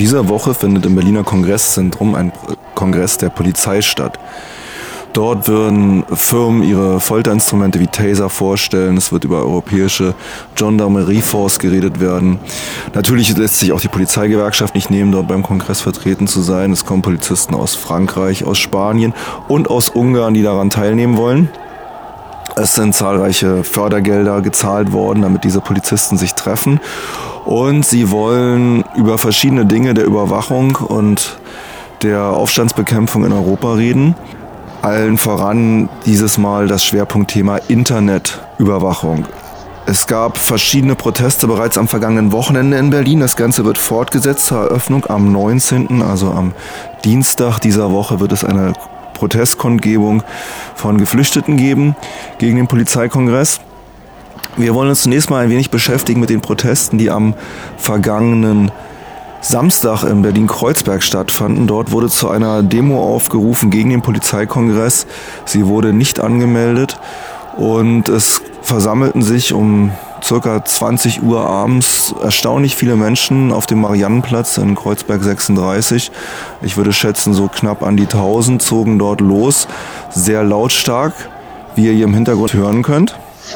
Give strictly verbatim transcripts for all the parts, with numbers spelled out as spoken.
dieser Woche findet im Berliner Kongresszentrum ein Kongress der Polizei statt. Dort würden Firmen ihre Folterinstrumente wie Taser vorstellen. Es wird über europäische Gendarmerie-Force geredet werden. Natürlich lässt sich auch die Polizeigewerkschaft nicht nehmen, dort beim Kongress vertreten zu sein. Es kommen Polizisten aus Frankreich, aus Spanien und aus Ungarn, die daran teilnehmen wollen. Es sind zahlreiche Fördergelder gezahlt worden, damit diese Polizisten sich treffen. Und sie wollen über verschiedene Dinge der Überwachung und der Aufstandsbekämpfung in Europa reden. Allen voran dieses Mal das Schwerpunktthema Internetüberwachung. Es gab verschiedene Proteste bereits am vergangenen Wochenende in Berlin. Das Ganze wird fortgesetzt zur Eröffnung am neunzehnten, also am Dienstag dieser Woche, wird es eine Protestkundgebung von Geflüchteten geben gegen den Polizeikongress. Wir wollen uns zunächst mal ein wenig beschäftigen mit den Protesten, die am vergangenen Samstag in Berlin-Kreuzberg stattfanden. Dort wurde zu einer Demo aufgerufen gegen den Polizeikongress. Sie wurde nicht angemeldet und es versammelten sich um circa zwanzig Uhr abends erstaunlich viele Menschen auf dem Mariannenplatz in Kreuzberg sechsunddreißig. Ich würde schätzen, so knapp an die tausend zogen dort los. Sehr lautstark, wie ihr hier im Hintergrund hören könnt.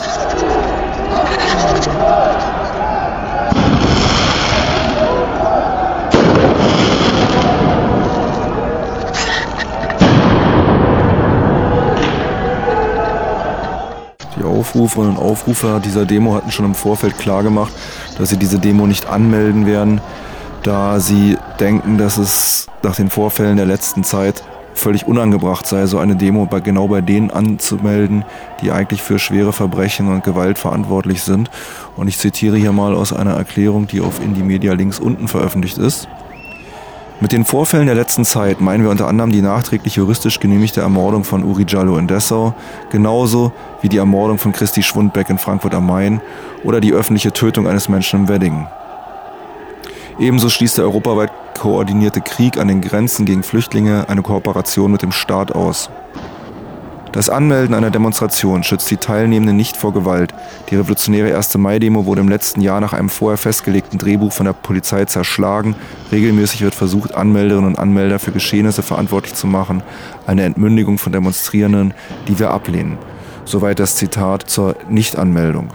Die Aufruferinnen und Aufrufer dieser Demo hatten schon im Vorfeld klargemacht, dass sie diese Demo nicht anmelden werden, da sie denken, dass es nach den Vorfällen der letzten Zeit völlig unangebracht sei, so eine Demo bei, genau bei denen anzumelden, die eigentlich für schwere Verbrechen und Gewalt verantwortlich sind. Und ich zitiere hier mal aus einer Erklärung, die auf Indymedia links unten veröffentlicht ist. Mit den Vorfällen der letzten Zeit meinen wir unter anderem die nachträglich juristisch genehmigte Ermordung von Uri Jallo in Dessau, genauso wie die Ermordung von Christi Schwundbeck in Frankfurt am Main oder die öffentliche Tötung eines Menschen im Wedding. Ebenso schließt der europaweit koordinierte Krieg an den Grenzen gegen Flüchtlinge eine Kooperation mit dem Staat aus. Das Anmelden einer Demonstration schützt die Teilnehmenden nicht vor Gewalt. Die revolutionäre erste Mai-Demo wurde im letzten Jahr nach einem vorher festgelegten Drehbuch von der Polizei zerschlagen. Regelmäßig wird versucht, Anmelderinnen und Anmelder für Geschehnisse verantwortlich zu machen. Eine Entmündigung von Demonstrierenden, die wir ablehnen. Soweit das Zitat zur Nichtanmeldung.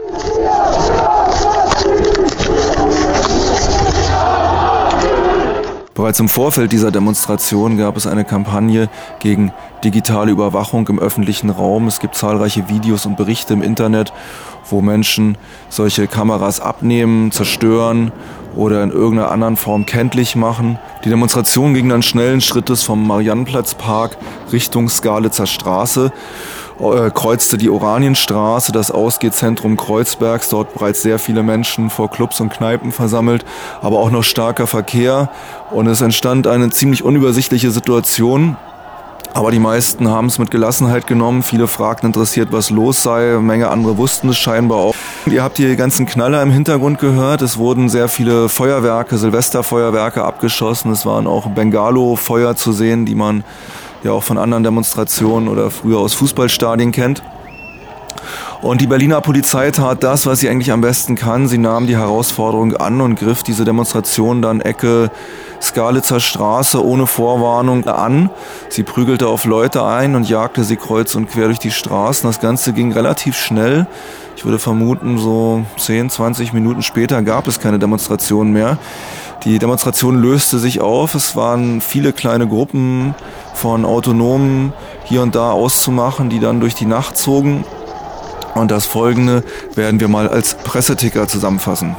Bereits im Vorfeld dieser Demonstration gab es eine Kampagne gegen digitale Überwachung im öffentlichen Raum. Es gibt zahlreiche Videos und Berichte im Internet, wo Menschen solche Kameras abnehmen, zerstören oder in irgendeiner anderen Form kenntlich machen. Die Demonstration ging dann schnellen Schrittes vom Mariannenplatzpark Richtung Skalitzer Straße, äh, kreuzte die Oranienstraße, das Ausgehzentrum Kreuzbergs, dort bereits sehr viele Menschen vor Clubs und Kneipen versammelt, aber auch noch starker Verkehr und es entstand eine ziemlich unübersichtliche Situation. Aber die meisten haben es mit Gelassenheit genommen. Viele fragten interessiert, was los sei. Eine Menge andere wussten es scheinbar auch. Ihr habt die ganzen Knaller im Hintergrund gehört. Es wurden sehr viele Feuerwerke, Silvesterfeuerwerke abgeschossen. Es waren auch Bengalo-Feuer zu sehen, die man ja auch von anderen Demonstrationen oder früher aus Fußballstadien kennt. Und die Berliner Polizei tat das, was sie eigentlich am besten kann. Sie nahm die Herausforderung an und griff diese Demonstration dann Ecke Skalitzer Straße ohne Vorwarnung an. Sie prügelte auf Leute ein und jagte sie kreuz und quer durch die Straßen. Das Ganze ging relativ schnell. Ich würde vermuten, so zehn, zwanzig Minuten später gab es keine Demonstration mehr. Die Demonstration löste sich auf. Es waren viele kleine Gruppen von Autonomen hier und da auszumachen, die dann durch die Nacht zogen. Und das Folgende werden wir mal als Presseticker zusammenfassen.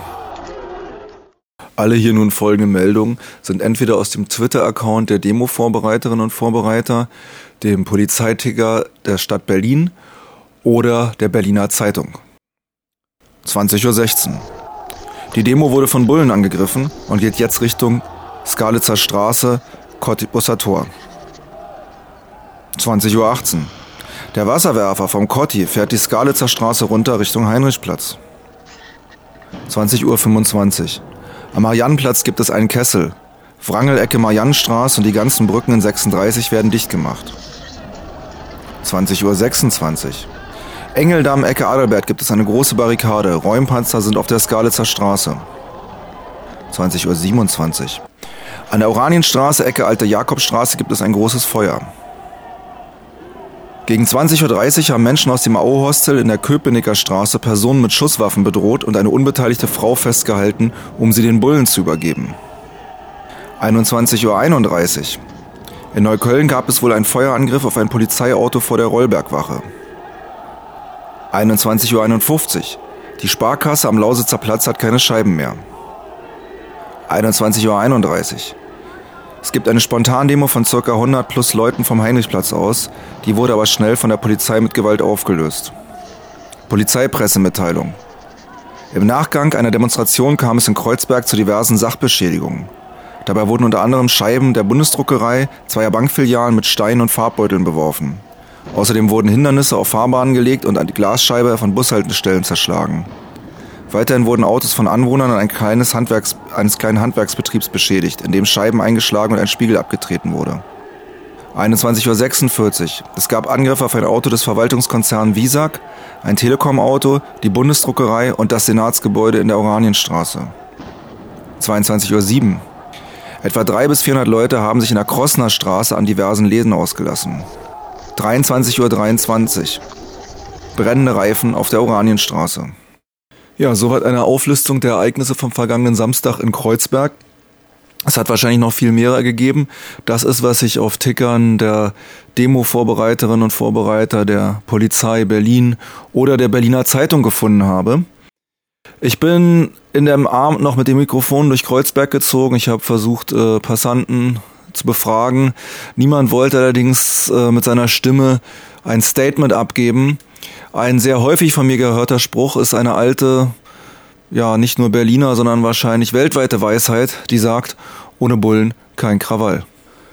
Alle hier nun folgenden Meldungen sind entweder aus dem Twitter-Account der Demo-Vorbereiterinnen und Vorbereiter, dem Polizeiticker der Stadt Berlin oder der Berliner Zeitung. zwanzig Uhr sechzehn. Die Demo wurde von Bullen angegriffen und geht jetzt Richtung Skalitzer Straße, Cottbuser Tor. zwanzig Uhr achtzehn. Der Wasserwerfer vom Kotti fährt die Skalitzer Straße runter Richtung Heinrichsplatz. zwanzig Uhr fünfundzwanzig. Am Mariannenplatz gibt es einen Kessel. Wrangel-Ecke Mariannenstraße und die ganzen Brücken in sechsunddreißig werden dicht gemacht. zwanzig Uhr sechsundzwanzig. Engeldamm, Ecke Adalbert gibt es eine große Barrikade. Räumpanzer sind auf der Skalitzer Straße. zwanzig Uhr siebenundzwanzig. An der Oranienstraße, Ecke Alte Jakobstraße, gibt es ein großes Feuer. Gegen zwanzig Uhr dreißig haben Menschen aus dem A O-Hostel in der Köpenicker Straße Personen mit Schusswaffen bedroht und eine unbeteiligte Frau festgehalten, um sie den Bullen zu übergeben. einundzwanzig Uhr einunddreißig. In Neukölln gab es wohl einen Feuerangriff auf ein Polizeiauto vor der Rollbergwache. einundzwanzig Uhr einundfünfzig. Die Sparkasse am Lausitzer Platz hat keine Scheiben mehr. einundzwanzig Uhr einunddreißig. Es gibt eine Spontandemo von ca. hundert plus Leuten vom Heinrichplatz aus, die wurde aber schnell von der Polizei mit Gewalt aufgelöst. Polizeipressemitteilung. Im Nachgang einer Demonstration kam es in Kreuzberg zu diversen Sachbeschädigungen. Dabei wurden unter anderem Scheiben der Bundesdruckerei, zweier Bankfilialen mit Steinen und Farbbeuteln beworfen. Außerdem wurden Hindernisse auf Fahrbahnen gelegt und die Glasscheibe von Bushaltestellen zerschlagen. Weiterhin wurden Autos von Anwohnern ein kleines Handwerks, eines kleinen Handwerksbetriebs beschädigt, in dem Scheiben eingeschlagen und ein Spiegel abgetreten wurde. einundzwanzig Uhr sechsundvierzig. Es gab Angriffe auf ein Auto des Verwaltungskonzerns Visag, ein Telekom-Auto, die Bundesdruckerei und das Senatsgebäude in der Oranienstraße. zweiundzwanzig Uhr sieben. Etwa dreihundert bis vierhundert Leute haben sich in der Krossner Straße an diversen Läden ausgelassen. dreiundzwanzig Uhr dreiundzwanzig. Brennende Reifen auf der Oranienstraße. Ja, soweit eine Auflistung der Ereignisse vom vergangenen Samstag in Kreuzberg. Es hat wahrscheinlich noch viel mehr gegeben. Das ist, was ich auf Tickern der Demo-Vorbereiterinnen und Vorbereiter der Polizei Berlin oder der Berliner Zeitung gefunden habe. Ich bin in dem Abend noch mit dem Mikrofon durch Kreuzberg gezogen. Ich habe versucht, äh, Passanten zu befragen. Niemand wollte allerdings äh, mit seiner Stimme ein Statement abgeben. Ein sehr häufig von mir gehörter Spruch ist eine alte, ja nicht nur Berliner, sondern wahrscheinlich weltweite Weisheit, die sagt, ohne Bullen kein Krawall.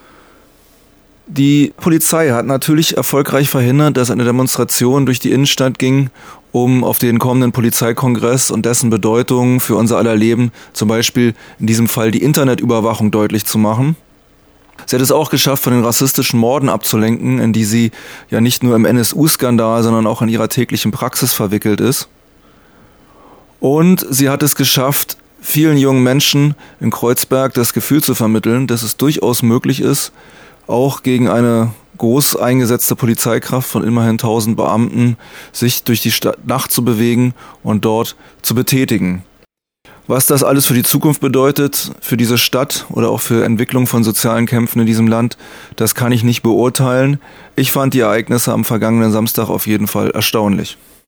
Die Polizei hat natürlich erfolgreich verhindert, dass eine Demonstration durch die Innenstadt ging, um auf den kommenden Polizeikongress und dessen Bedeutung für unser aller Leben, zum Beispiel in diesem Fall die Internetüberwachung, deutlich zu machen. Sie hat es auch geschafft, von den rassistischen Morden abzulenken, in die sie ja nicht nur im N S U-Skandal, sondern auch in ihrer täglichen Praxis verwickelt ist. Und sie hat es geschafft, vielen jungen Menschen in Kreuzberg das Gefühl zu vermitteln, dass es durchaus möglich ist, auch gegen eine groß eingesetzte Polizeikraft von immerhin tausend Beamten sich durch die Stadt Nacht zu bewegen und dort zu betätigen. Was das alles für die Zukunft bedeutet, für diese Stadt oder auch für Entwicklung von sozialen Kämpfen in diesem Land, das kann ich nicht beurteilen. Ich fand die Ereignisse am vergangenen Samstag auf jeden Fall erstaunlich.